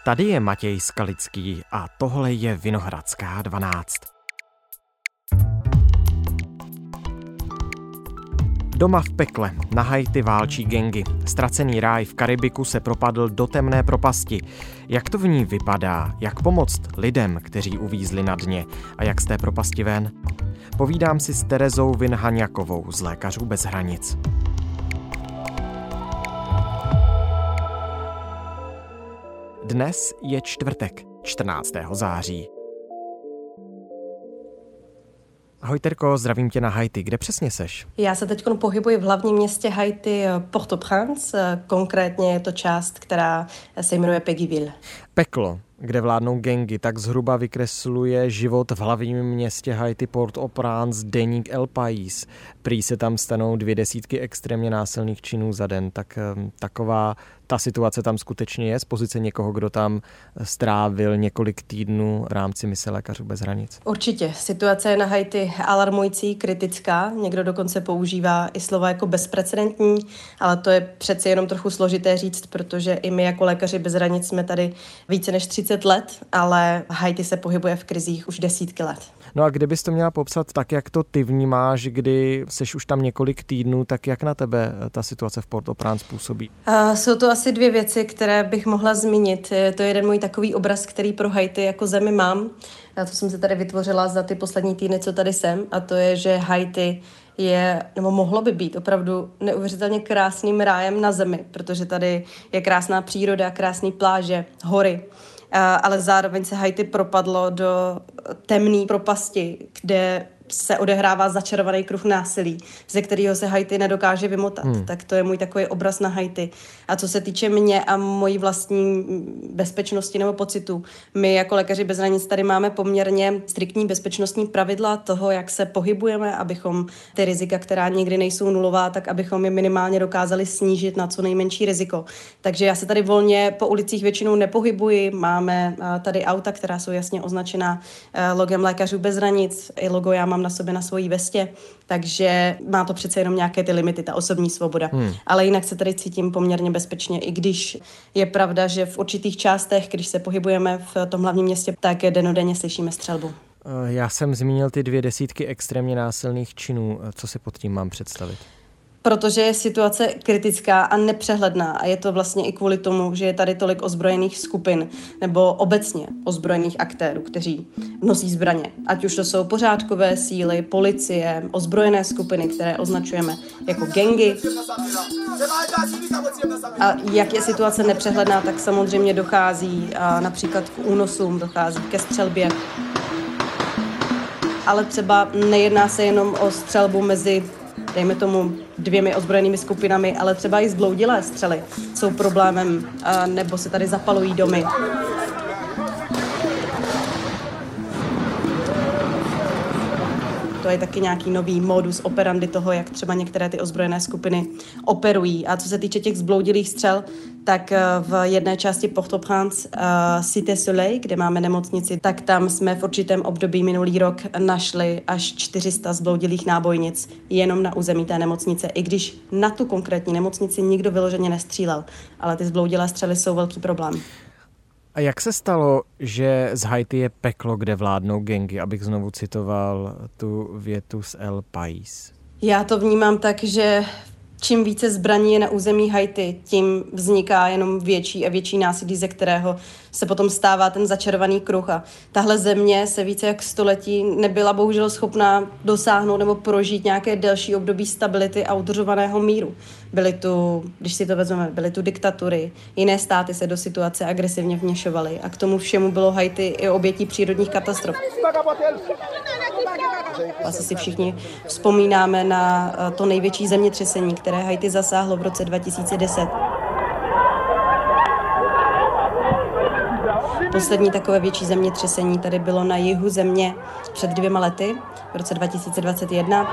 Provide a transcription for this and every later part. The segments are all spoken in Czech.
Tady je Matěj Skalický a tohle je Vinohradská 12. Doma v pekle, na Haiti válčí gangy. Ztracený ráj v Karibiku se propadl do temné propasti. Jak to v ní vypadá? Jak pomoct lidem, kteří uvízli na dně? A jak z té propasti ven? Povídám si s Terezou Vinhaňakovou z Lékařů bez hranic. Dnes je čtvrtek, 14. září. Ahoj Terko, zdravím tě na Haiti. Kde přesně seš? Já se teď pohybuji v hlavním městě Haiti Port-au-Prince, konkrétně je to část, která se jmenuje Péguiville. Peklo, kde vládnou gangy, tak zhruba vykresluje život v hlavním městě Haiti Port-au-Prince deník El País. Prý se tam stanou 200 extrémně násilných činů za den, tak taková ta situace tam skutečně je z pozice někoho, kdo tam strávil několik týdnů v rámci mise Lékařů bez hranic. Určitě. Situace je na Haiti alarmující, kritická. Někdo dokonce používá i slova jako bezprecedentní, ale to je přeci jenom trochu složité říct, protože i my jako Lékaři bez hranic jsme tady více než 30 let, ale Haiti se pohybuje v krizích už desítky let. No a kdybys to měla popsat tak, jak to ty vnímáš, kdy seš už tam několik týdnů, tak jak na tebe ta situace v Port-au-Prince působí? Jsou to asi dvě věci, které bych mohla zmínit. To je jeden můj takový obraz, který pro Haiti jako zemi mám. A to jsem se tady vytvořila za ty poslední týdny, co tady jsem. A to je, že Haiti je, nebo mohlo by být opravdu neuvěřitelně krásným rájem na zemi, protože tady je krásná příroda, krásné pláže, hory. Ale zároveň se Haiti propadlo do temné propasti, kde se odehrává začarovaný kruh násilí, ze kterého se Haiti nedokáže vymotat. Tak to je můj takový obraz na Haiti. A co se týče mě a mojí vlastní bezpečnosti nebo pocitu, my jako Lékaři bez hranic tady máme poměrně striktní bezpečnostní pravidla toho, jak se pohybujeme, abychom ty rizika, která nikdy nejsou nulová, tak abychom je minimálně dokázali snížit na co nejmenší riziko. Takže já se tady volně po ulicích většinou nepohybuji. Máme tady auta, která jsou jasně označená logem Lékařů bez hranic. I logo já mám na sobě na svojí vestě, takže má to přece jenom nějaké ty limity, ta osobní svoboda. Ale jinak se tady cítím poměrně bezpečně, i když je pravda, že v určitých částech, když se pohybujeme v tom hlavním městě, tak dennodenně slyšíme střelbu. Já jsem zmínil ty 200 extrémně násilných činů. Co si pod tím mám představit? Protože je situace kritická a nepřehledná a je to vlastně i kvůli tomu, že je tady tolik ozbrojených skupin nebo obecně ozbrojených aktérů, kteří nosí zbraně. Ať už to jsou pořádkové síly, policie, ozbrojené skupiny, které označujeme jako gangy. A jak je situace nepřehledná, tak samozřejmě dochází například k únosům, dochází ke střelbě. Ale třeba nejedná se jenom o střelbu mezi dejme tomu 2 ozbrojenými skupinami, ale třeba i zbloudilé střely jsou problémem, nebo se tady zapalují domy. To je taky nějaký nový modus operandi toho, jak třeba některé ty ozbrojené skupiny operují. A co se týče těch zbloudilých střel, tak v jedné části Port-au-Prince, Cité Soleil, kde máme nemocnici, tak tam jsme v určitém období minulý rok našli až 400 zbloudilých nábojnic jenom na území té nemocnice, i když na tu konkrétní nemocnici nikdo vyloženě nestřílel. Ale ty zbloudilé střely jsou velký problém. A jak se stalo, že z Haiti je peklo, kde vládnou gangy, abych znovu citoval tu větu z El País? Já to vnímám tak, že čím více zbraní je na území Haiti, tím vzniká jenom větší a větší násilí, ze kterého se potom stává ten začarovaný kruh. A tahle země se více jak století nebyla bohužel schopná dosáhnout nebo prožít nějaké delší období stability a udržovaného míru. Byly tu, když si to vezmeme, byly tu diktatury, jiné státy se do situace agresivně vměšovaly a k tomu všemu bylo Haiti i obětí přírodních katastrof. Asi si všichni vzpomínáme na to největší zemětřesení, které Haiti zasáhlo v roce 2010. Poslední takové větší zemětřesení tady bylo na jihu země před 2 lety, v roce 2021.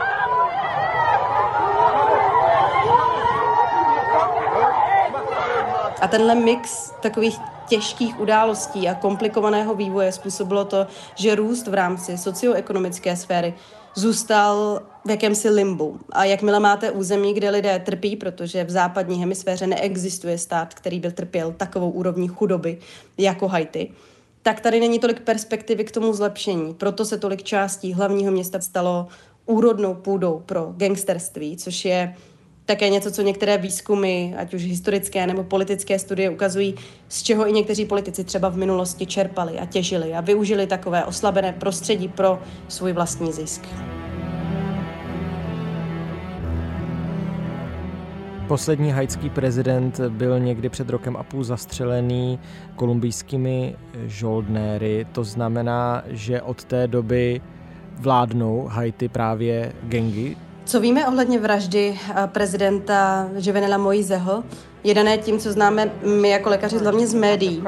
A tenhle mix takových těžkých událostí a komplikovaného vývoje způsobilo to, že růst v rámci socioekonomické sféry zůstal v jakémsi limbu. A jakmile máte území, kde lidé trpí, protože v západní hemisféře neexistuje stát, který by trpěl takovou úrovní chudoby jako Haiti, tak tady není tolik perspektivy k tomu zlepšení. Proto se tolik částí hlavního města stalo úrodnou půdou pro gangsterství, což je také něco, co některé výzkumy, ať už historické nebo politické studie ukazují, z čeho i někteří politici třeba v minulosti čerpali a těžili a využili takové oslabené prostředí pro svůj vlastní zisk. Poslední haitský prezident byl někdy před rokem a půl zastřelený kolumbijskými žoldnéry. To znamená, že od té doby vládnou Haiti právě gangy. Co víme ohledně vraždy prezidenta Jovenela Moïseho, je dané tím, co známe my jako lékaři hlavně z médií.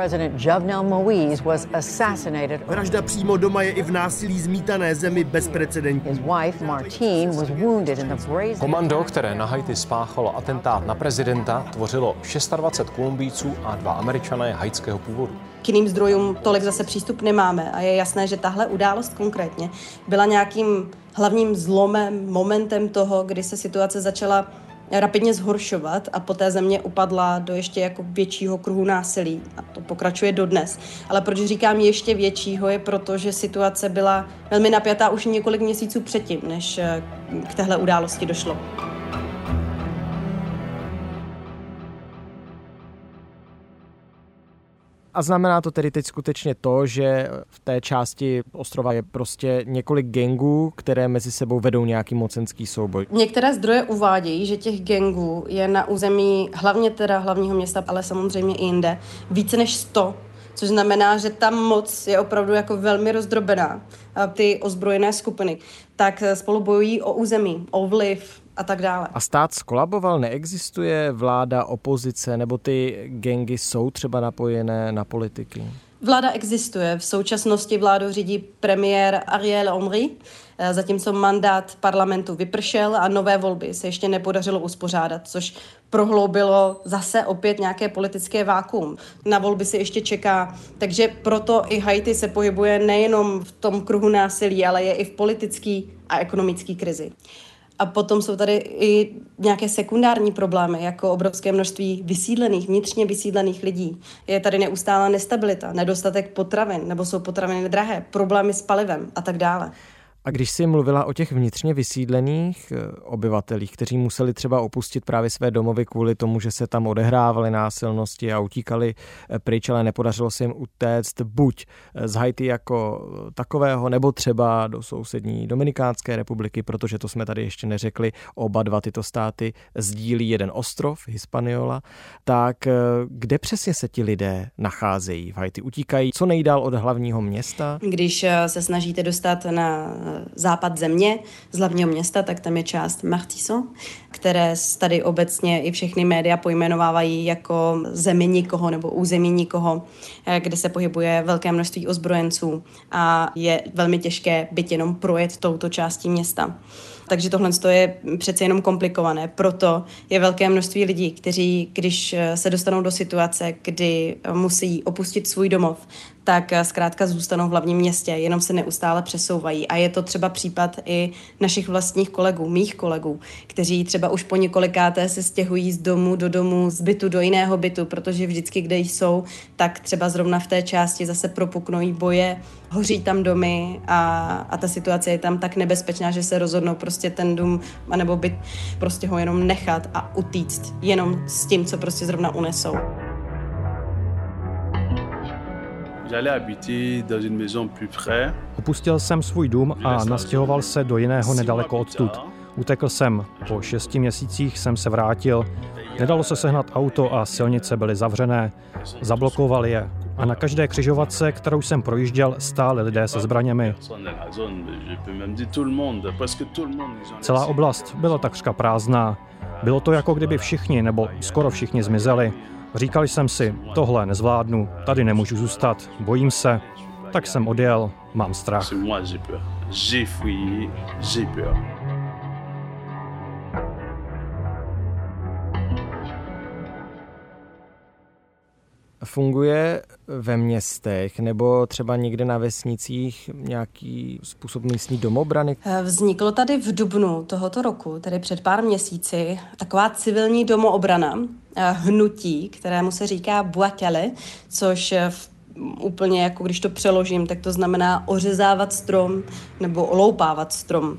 Vražda přímo doma je i v násilí zmítané zemi bezprecedentní. Komando, které na Haiti spáchalo atentát na prezidenta, tvořilo 26 Kolumbijců a 2 Američané haitského původu. K jiným zdrojům tolik zase přístup nemáme a je jasné, že tahle událost konkrétně byla nějakým hlavním zlomem, momentem toho, kdy se situace začala rapidně zhoršovat a poté země upadla do ještě jako většího kruhu násilí. A to pokračuje dodnes. Ale proč říkám ještě většího, je proto, že situace byla velmi napjatá už několik měsíců předtím, než k téhle události došlo. A znamená to tedy teď skutečně to, že v té části ostrova je prostě několik gangů, které mezi sebou vedou nějaký mocenský souboj? Některé zdroje uvádějí, že těch gangů je na území hlavně teda hlavního města, ale samozřejmě i jinde, více než 100. Což znamená, že ta moc je opravdu jako velmi rozdrobená. A ty ozbrojené skupiny tak spolu bojují o území, o vliv a tak dále. A stát skolaboval, neexistuje vláda, opozice, nebo ty gangy jsou třeba napojené na politiky? Vláda existuje. V současnosti vládu řídí premiér Ariel Henry, zatímco mandát parlamentu vypršel a nové volby se ještě nepodařilo uspořádat, což prohloubilo zase opět nějaké politické vákuum. Na volby se ještě čeká, takže proto i Haiti se pohybuje nejenom v tom kruhu násilí, ale je i v politické a ekonomické krizi. A potom jsou tady i nějaké sekundární problémy, jako obrovské množství vysídlených, vnitřně vysídlených lidí. Je tady neustálá nestabilita, nedostatek potravin, nebo jsou potraviny drahé, problémy s palivem a tak dále. A když jsi mluvila o těch vnitřně vysídlených obyvatelích, kteří museli třeba opustit právě své domovy kvůli tomu, že se tam odehrávaly násilnosti a utíkali pryč, ale nepodařilo se jim utéct buď z Haiti jako takového, nebo třeba do sousední Dominikánské republiky, protože to jsme tady ještě neřekli, oba dva tyto státy sdílí jeden ostrov, Hispaniola. Tak kde přesně se ti lidé nacházejí v Haiti? Utíkají co nejdál od hlavního města? Když se snažíte dostat na západ země z hlavního města, tak tam je část Martison, které tady obecně i všechny média pojmenovávají jako zemi nikoho nebo území nikoho, kde se pohybuje velké množství ozbrojenců a je velmi těžké byť jenom projet touto částí města. Takže tohle je přece jenom komplikované. Proto je velké množství lidí, kteří, když se dostanou do situace, kdy musí opustit svůj domov, tak zkrátka zůstanou v hlavním městě, jenom se neustále přesouvají. A je to třeba případ i našich vlastních kolegů, mých kolegů, kteří třeba už po několikáté se stěhují z domu do domu, z bytu do jiného bytu, protože vždycky, kde jsou, tak třeba zrovna v té části zase propuknou boje, hoří tam domy a ta situace je tam tak nebezpečná, že se rozhodnou prostě ten dům anebo byt prostě ho jenom nechat a utíct jenom s tím, co prostě zrovna unesou. Opustil jsem svůj dům a nastěhoval se do jiného nedaleko odtud. Utekl jsem. Po 6 měsících jsem se vrátil. Nedalo se sehnat auto a silnice byly zavřené. Zablokovali je. A na každé křižovatce, kterou jsem projížděl, stáli lidé se zbraněmi. Celá oblast byla takřka prázdná. Bylo to, jako kdyby všichni, nebo skoro všichni zmizeli. Říkal jsem si, tohle nezvládnu, tady nemůžu zůstat, bojím se. Tak jsem odjel, mám strach. Funguje ve městech nebo třeba někde na vesnicích nějaký způsob místní domobrany? Vzniklo tady v dubnu tohoto roku, tedy před pár měsíci, taková civilní domoobrana, hnutí, kterému se říká Boakele, což úplně jako když to přeložím, tak to znamená ořezávat strom nebo oloupávat strom.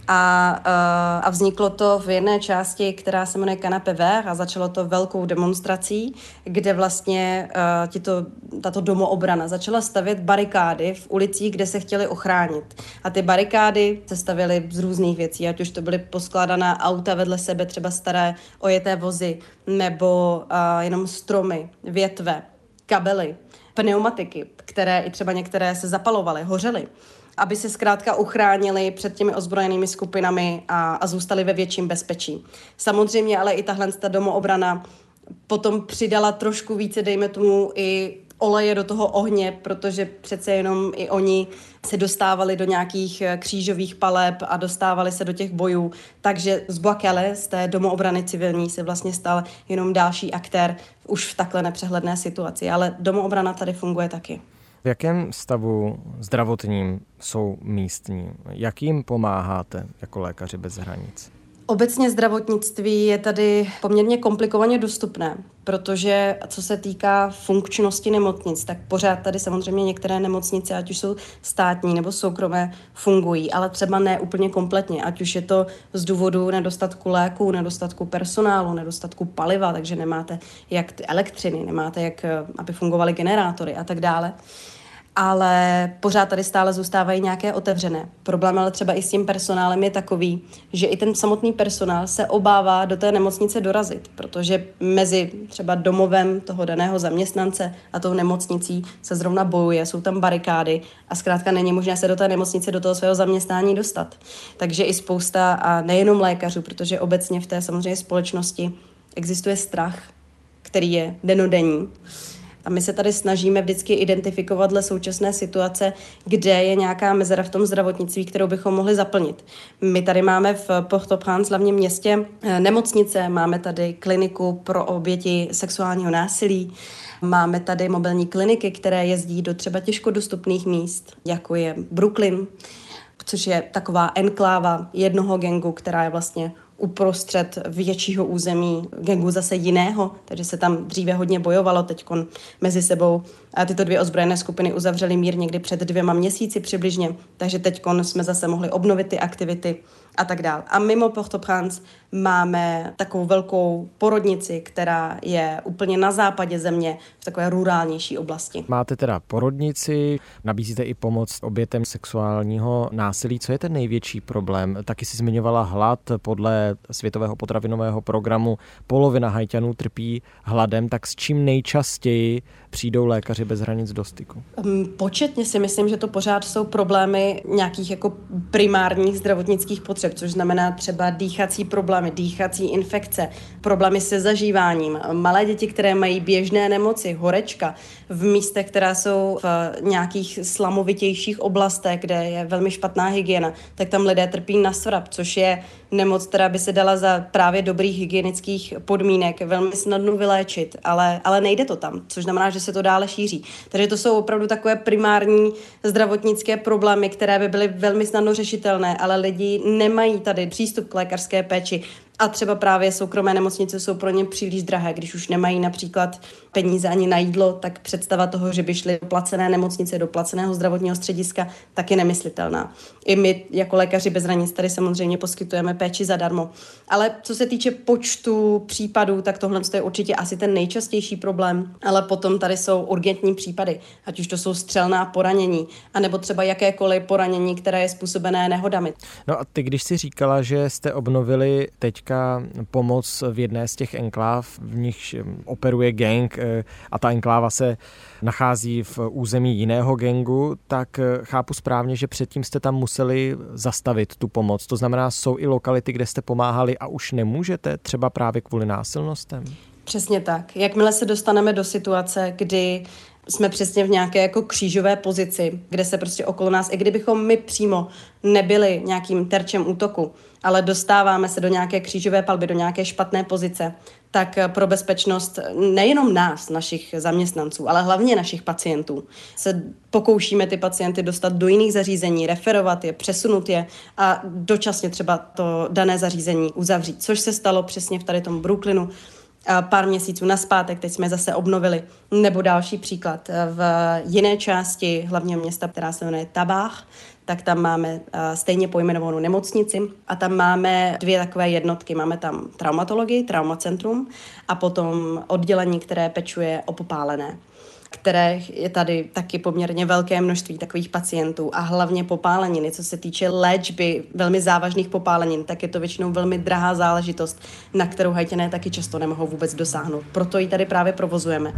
A vzniklo to v jedné části, která se jmenuje Canapé Vert, a začalo to velkou demonstrací, kde vlastně tato domoobrana začala stavět barikády v ulicích, kde se chtěli ochránit. A ty barikády se stavěly z různých věcí, ať už to byly poskládaná auta vedle sebe, třeba staré ojeté vozy, nebo jenom stromy, větve, kabely, pneumatiky, které i třeba některé se zapalovaly, hořely, aby se zkrátka uchránili před těmi ozbrojenými skupinami a zůstali ve větším bezpečí. Samozřejmě ale i tahle domoobrana potom přidala trošku více, dejme tomu, i oleje do toho ohně, protože přece jenom i oni se dostávali do nějakých křížových paleb a dostávali se do těch bojů. Takže z Boakele, z té domoobrany civilní, se vlastně stal jenom další aktér už v takhle nepřehledné situaci. Ale domoobrana tady funguje taky. V jakém stavu zdravotním jsou místní? Jak jim pomáháte jako Lékaři bez hranic? Obecně zdravotnictví je tady poměrně komplikovaně dostupné, protože co se týká funkčnosti nemocnic, tak pořád tady samozřejmě některé nemocnice, ať už jsou státní nebo soukromé, fungují, ale třeba ne úplně kompletně, ať už je to z důvodu nedostatku léků, nedostatku personálu, nedostatku paliva, takže nemáte jak elektřiny, nemáte jak, aby fungovaly generátory a tak dále. Ale pořád tady stále zůstávají nějaké otevřené. Problém ale třeba i s tím personálem je takový, že i ten samotný personál se obává do té nemocnice dorazit, protože mezi třeba domovem toho daného zaměstnance a tou nemocnicí se zrovna bojuje, jsou tam barikády a zkrátka není možné se do té nemocnice, do toho svého zaměstnání dostat. Takže i spousta, a nejenom lékařů, protože obecně v té samozřejmě společnosti existuje strach, který je dennodenní. A my se tady snažíme vždycky identifikovat dle současné situace, kde je nějaká mezera v tom zdravotnictví, kterou bychom mohli zaplnit. My tady máme v Port-au-Prince, hlavně městě, nemocnice, máme tady kliniku pro oběti sexuálního násilí, máme tady mobilní kliniky, které jezdí do třeba těžko dostupných míst, jako je Brooklyn, což je taková enkláva jednoho gangu, která je vlastně uprostřed většího území gangu zase jiného, takže se tam dříve hodně bojovalo teďkon mezi sebou. A tyto dvě ozbrojené skupiny uzavřely mír někdy před 2 měsíci přibližně, takže teďkon jsme zase mohli obnovit ty aktivity a tak dál. A mimo Port-au-Prince máme takovou velkou porodnici, která je úplně na západě země, v takové rurálnější oblasti. Máte teda porodnici, nabízíte i pomoc obětem sexuálního násilí. Co je ten největší problém? Taky si zmiňovala hlad. Podle Světového potravinového programu polovina Haiťanů trpí hladem, tak s čím nejčastěji přijdou Lékaři bez hranic do styku? Početně si myslím, že to pořád jsou problémy nějakých jako primárních zdravotnických potřeb, což znamená třeba dýchací problémy, dýchací infekce, problémy se zažíváním, malé děti, které mají běžné nemoci, horečka, v místech, která jsou v nějakých slamovitějších oblastech, kde je velmi špatná hygiena, tak tam lidé trpí na svrap, což je nemoc, která by se dala za právě dobrých hygienických podmínek velmi snadno vyléčit, ale nejde to tam, což znamená, že se to dále šíří. Takže to jsou opravdu takové primární zdravotnické problémy, které by byly velmi snadno řešitelné, ale lidi nemají tady přístup k lékařské péči. A třeba právě soukromé nemocnice jsou pro ně příliš drahé. Když už nemají například peníze ani na jídlo, tak představa toho, že by šli do placené nemocnice, do placeného zdravotního střediska, tak je nemyslitelná. I my jako Lékaři bez hranic tady samozřejmě poskytujeme péči zadarmo. Ale co se týče počtu případů, tak tohle je určitě asi ten nejčastější problém. Ale potom tady jsou urgentní případy, ať už to jsou střelná poranění, anebo třeba jakékoliv poranění, které je způsobené nehodami. No a ty, když jsi říkala, že jste obnovili teďka pomoc v jedné z těch enkláv, v nichž operuje gang a ta enkláva se nachází v území jiného gangu, tak chápu správně, že předtím jste tam museli zastavit tu pomoc. To znamená, jsou i lokality, kde jste pomáhali a už nemůžete, třeba právě kvůli násilnostem? Přesně tak. Jakmile se dostaneme do situace, kdy Jsme přesně v nějaké jako křížové pozici, kde se prostě okolo nás, i kdybychom my přímo nebyli nějakým terčem útoku, ale dostáváme se do nějaké křížové palby, do nějaké špatné pozice, tak pro bezpečnost nejenom nás, našich zaměstnanců, ale hlavně našich pacientů se pokoušíme ty pacienty dostat do jiných zařízení, referovat je, přesunout je a dočasně třeba to dané zařízení uzavřít, což se stalo přesně v tady tom Brooklynu. Pár měsíců nazpátek, teď jsme zase obnovili. Nebo další příklad. V jiné části hlavního města, která se jmenuje Tabách, tak tam máme stejně pojmenovanou nemocnici a tam máme 2 takové jednotky. Máme tam traumatologii, traumacentrum a potom oddělení, které pečuje o popálené, které je tady taky poměrně velké množství takových pacientů a hlavně popáleniny. Co se týče léčby velmi závažných popálenin, tak je to většinou velmi drahá záležitost, na kterou Haťané taky často nemohou vůbec dosáhnout. Proto ji tady právě provozujeme.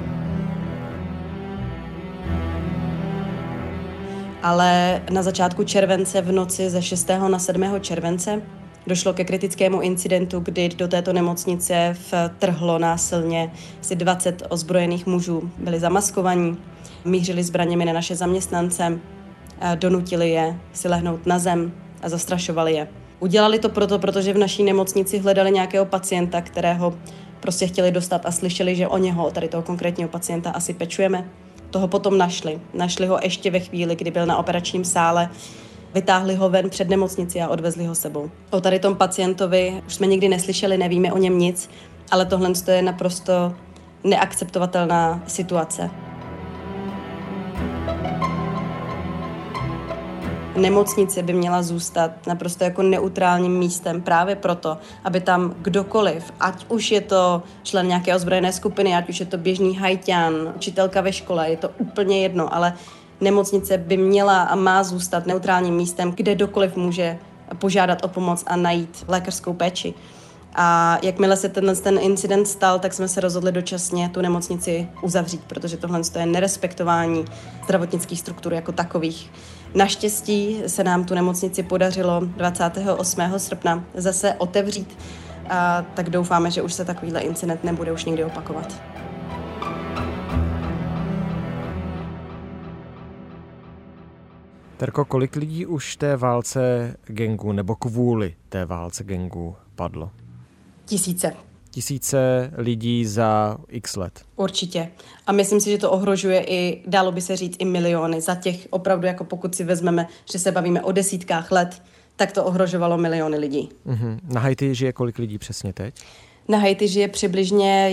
Ale na začátku července v noci ze 6. na 7. července došlo ke kritickému incidentu, kdy do této nemocnice vtrhlo násilně asi 20 ozbrojených mužů. Byli zamaskovaní, mířili zbraněmi na naše zaměstnance, donutili je si lehnout na zem a zastrašovali je. Udělali to protože v naší nemocnici hledali nějakého pacienta, kterého prostě chtěli dostat a slyšeli, že o něho, tady toho konkrétního pacienta, asi pečujeme. Toho potom našli. Našli ho ještě ve chvíli, kdy byl na operačním sále. Vytáhli ho ven před nemocnici a odvezli ho sebou. O tady tom pacientovi už jsme nikdy neslyšeli, nevíme o něm nic, ale tohle je naprosto neakceptovatelná situace. Nemocnice by měla zůstat naprosto jako neutrálním místem právě proto, aby tam kdokoliv, ať už je to člen nějaké ozbrojené skupiny, ať už je to běžný Haťan, učitelka ve škole, je to úplně jedno, ale nemocnice by měla a má zůstat neutrálním místem, kde kdokoliv může požádat o pomoc a najít lékařskou péči. A jakmile se ten incident stal, tak jsme se rozhodli dočasně tu nemocnici uzavřít, protože tohle je nerespektování zdravotnických struktur jako takových. Naštěstí se nám tu nemocnici podařilo 28. srpna zase otevřít, a tak doufáme, že už se takovýhle incident nebude už nikdy opakovat. Terko, kolik lidí už té válce gangu nebo kvůli té válce gangu padlo? 1000. 1000 lidí za x let. Určitě. A myslím si, že to ohrožuje i, dalo by se říct, i miliony. Za těch opravdu, jako pokud si vezmeme, že se bavíme o desítkách let, tak to ohrožovalo miliony lidí. Na Haiti žije kolik lidí přesně teď? Na Haiti žije přibližně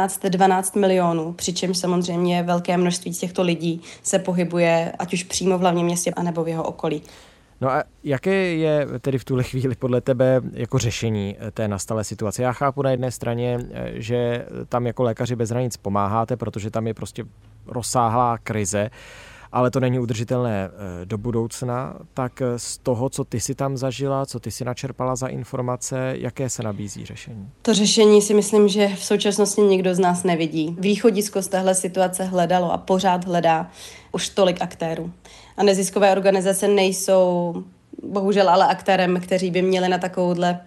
11-12 milionů, přičemž samozřejmě velké množství těchto lidí se pohybuje ať už přímo v hlavním městě, anebo v jeho okolí. No a jaké je tedy v tuhle chvíli podle tebe jako řešení té nastalé situace? Já chápu na jedné straně, že tam jako lékaři bez hranic pomáháte, protože tam je prostě rozsáhlá krize, ale to není udržitelné do budoucna. Tak z toho, co ty si tam zažila, co ty si načerpala za informace, jaké se nabízí řešení? To řešení si myslím, že v současnosti nikdo z nás nevidí. Východisko z téhle situace hledalo a pořád hledá už tolik aktérů. A neziskové organizace nejsou bohužel ale aktérem, kteří by měli na takovouhle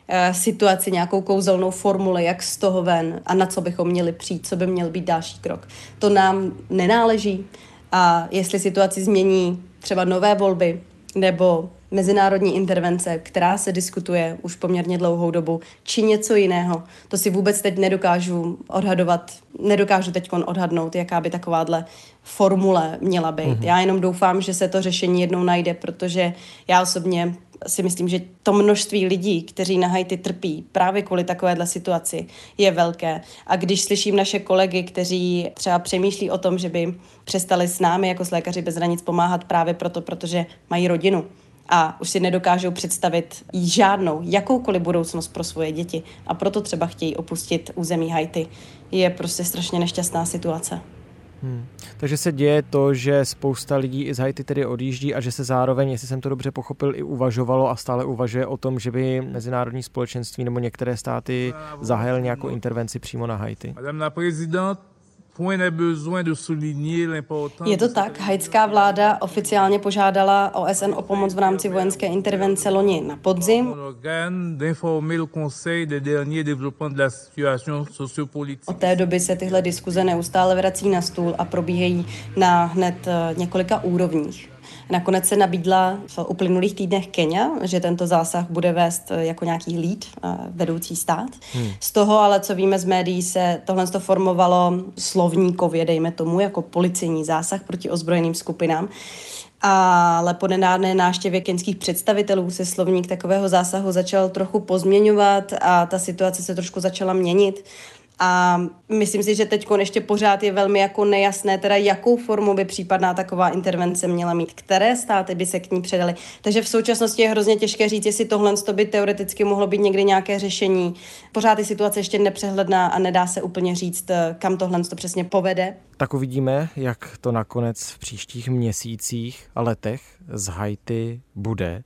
situaci nějakou kouzelnou formuli, jak z toho ven a na co bychom měli přijít, co by měl být další krok. To nám nenáleží a jestli situaci změní třeba nové volby nebo mezinárodní intervence, která se diskutuje už poměrně dlouhou dobu, či něco jiného, to si vůbec teď nedokážu odhadovat, nedokážu teď odhadnout, jaká by takováhle formule měla být. Já jenom doufám, že se to řešení jednou najde, protože já osobně si myslím, že to množství lidí, kteří na Haiti trpí právě kvůli takovéhle situaci, je velké. A když slyším naše kolegy, kteří třeba přemýšlí o tom, že by přestali s námi jako s Lékaři bez hranic pomáhat právě proto, protože mají rodinu a už si nedokážou představit žádnou, jakoukoliv budoucnost pro svoje děti a proto třeba chtějí opustit území Haiti, je prostě strašně nešťastná situace. Takže se děje to, že spousta lidí i z Haiti tedy odjíždí a že se zároveň, jestli jsem to dobře pochopil, i uvažovalo a stále uvažuje o tom, že by mezinárodní společenství nebo některé státy zahájily nějakou intervenci přímo na Haiti. Madame la présidente, Je to tak, haitská vláda oficiálně požádala OSN o pomoc v rámci vojenské intervence loni na podzim. Od té doby se tyhle diskuze neustále vrací na stůl a probíhají na hned několika úrovních. Nakonec se nabídla v uplynulých týdnech Kenya, že tento zásah bude vést jako nějaký lead, vedoucí stát. Z toho ale, co víme z médií, se tohle formovalo slovníkově, dejme tomu, jako policejní zásah proti ozbrojeným skupinám. Ale po nedávné návštěvě keňských představitelů se slovník takového zásahu začal trochu pozměňovat a ta situace se trošku začala měnit. A myslím si, že teď ještě pořád je velmi jako nejasné, teda jakou formu by případná taková intervence měla mít, které státy by se k ní předaly. Takže v současnosti je hrozně těžké říct, jestli tohle by teoreticky mohlo být někdy nějaké řešení. Pořád je situace ještě nepřehledná a nedá se úplně říct, kam tohle přesně povede. Tak uvidíme, jak to nakonec v příštích měsících a letech z Haiti bude.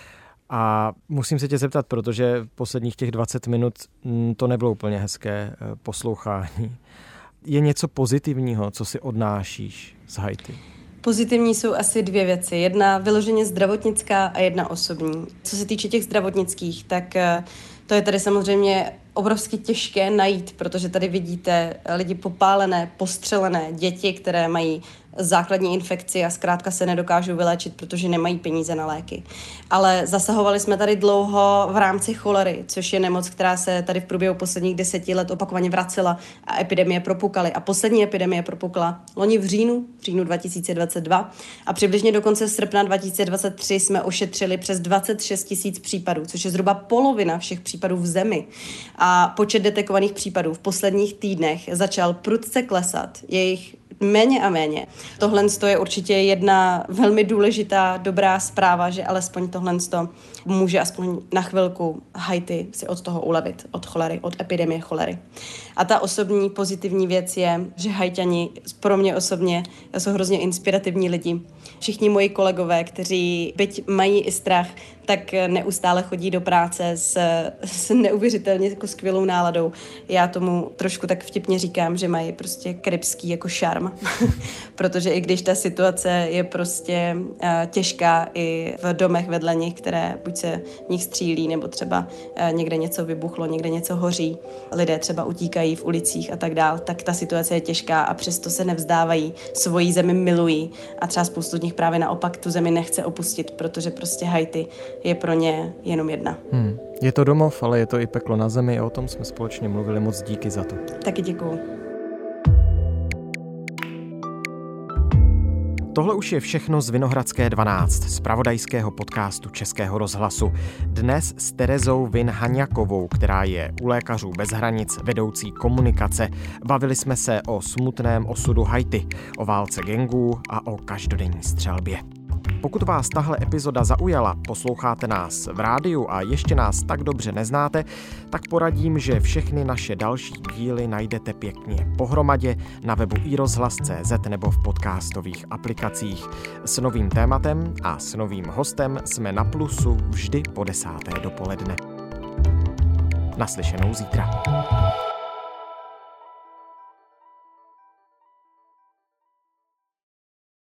A musím se tě zeptat, protože posledních těch 20 minut to nebylo úplně hezké poslouchání. Je něco pozitivního, co si odnášíš z Haiti? Pozitivní jsou asi dvě věci. Jedna vyloženě zdravotnická a jedna osobní. Co se týče těch zdravotnických, tak to je tady samozřejmě obrovsky těžké najít, protože tady vidíte lidi popálené, postřelené, děti, které mají základní infekci a zkrátka se nedokážou vyléčit, protože nemají peníze na léky. Ale zasahovali jsme tady dlouho v rámci cholery, což je nemoc, která se tady v průběhu posledních 10 let opakovaně vracela a epidemie propukaly. A poslední epidemie propukla loni v říjnu 2022 a přibližně do konce srpna 2023 jsme ošetřili přes 26 000 případů, což je zhruba polovina všech případů v zemi. A počet detekovaných případů v posledních týdnech začal prudce klesat. Jejich méně a méně. Tohle je určitě jedna velmi důležitá, dobrá zpráva, že alespoň tohle může aspoň na chvilku Haiti si od toho ulevit, od cholery, od epidemie cholery. A ta osobní pozitivní věc je, že Haitiani pro mě osobně jsou hrozně inspirativní lidi. Všichni moji kolegové, kteří byť mají i strach, tak neustále chodí do práce s neuvěřitelně jako skvělou náladou. Já tomu trošku tak vtipně říkám, že mají prostě karibský jako šarm, protože i když ta situace je prostě těžká i v domech vedle nich, které buď se v nich střílí, nebo třeba někde něco vybuchlo, někde něco hoří, lidé třeba utíkají v ulicích a tak dál, tak ta situace je těžká a přesto se nevzdávají, svoji zemi milují a třeba spoustu z nich právě naopak tu zemi nechce opustit, protože prostě Haiti je pro ně jenom jedna. Je to domov, ale je to i peklo na zemi a o tom jsme společně mluvili. Moc díky za to. Taky děkuju. Tohle už je všechno z Vinohradské 12, z zpravodajského podcastu Českého rozhlasu. Dnes s Terezou Vin-Haňakovou, která je u Lékařů bez hranic vedoucí komunikace. Bavili jsme se o smutném osudu Haiti, o válce gangů a o každodenní střelbě. Pokud vás tahle epizoda zaujala, posloucháte nás v rádiu a ještě nás tak dobře neznáte, tak poradím, že všechny naše další díly najdete pěkně pohromadě na webu iRozhlas.cz nebo v podcastových aplikacích. S novým tématem a s novým hostem jsme na Plusu vždy po 10. dopoledne. Naslyšenou zítra.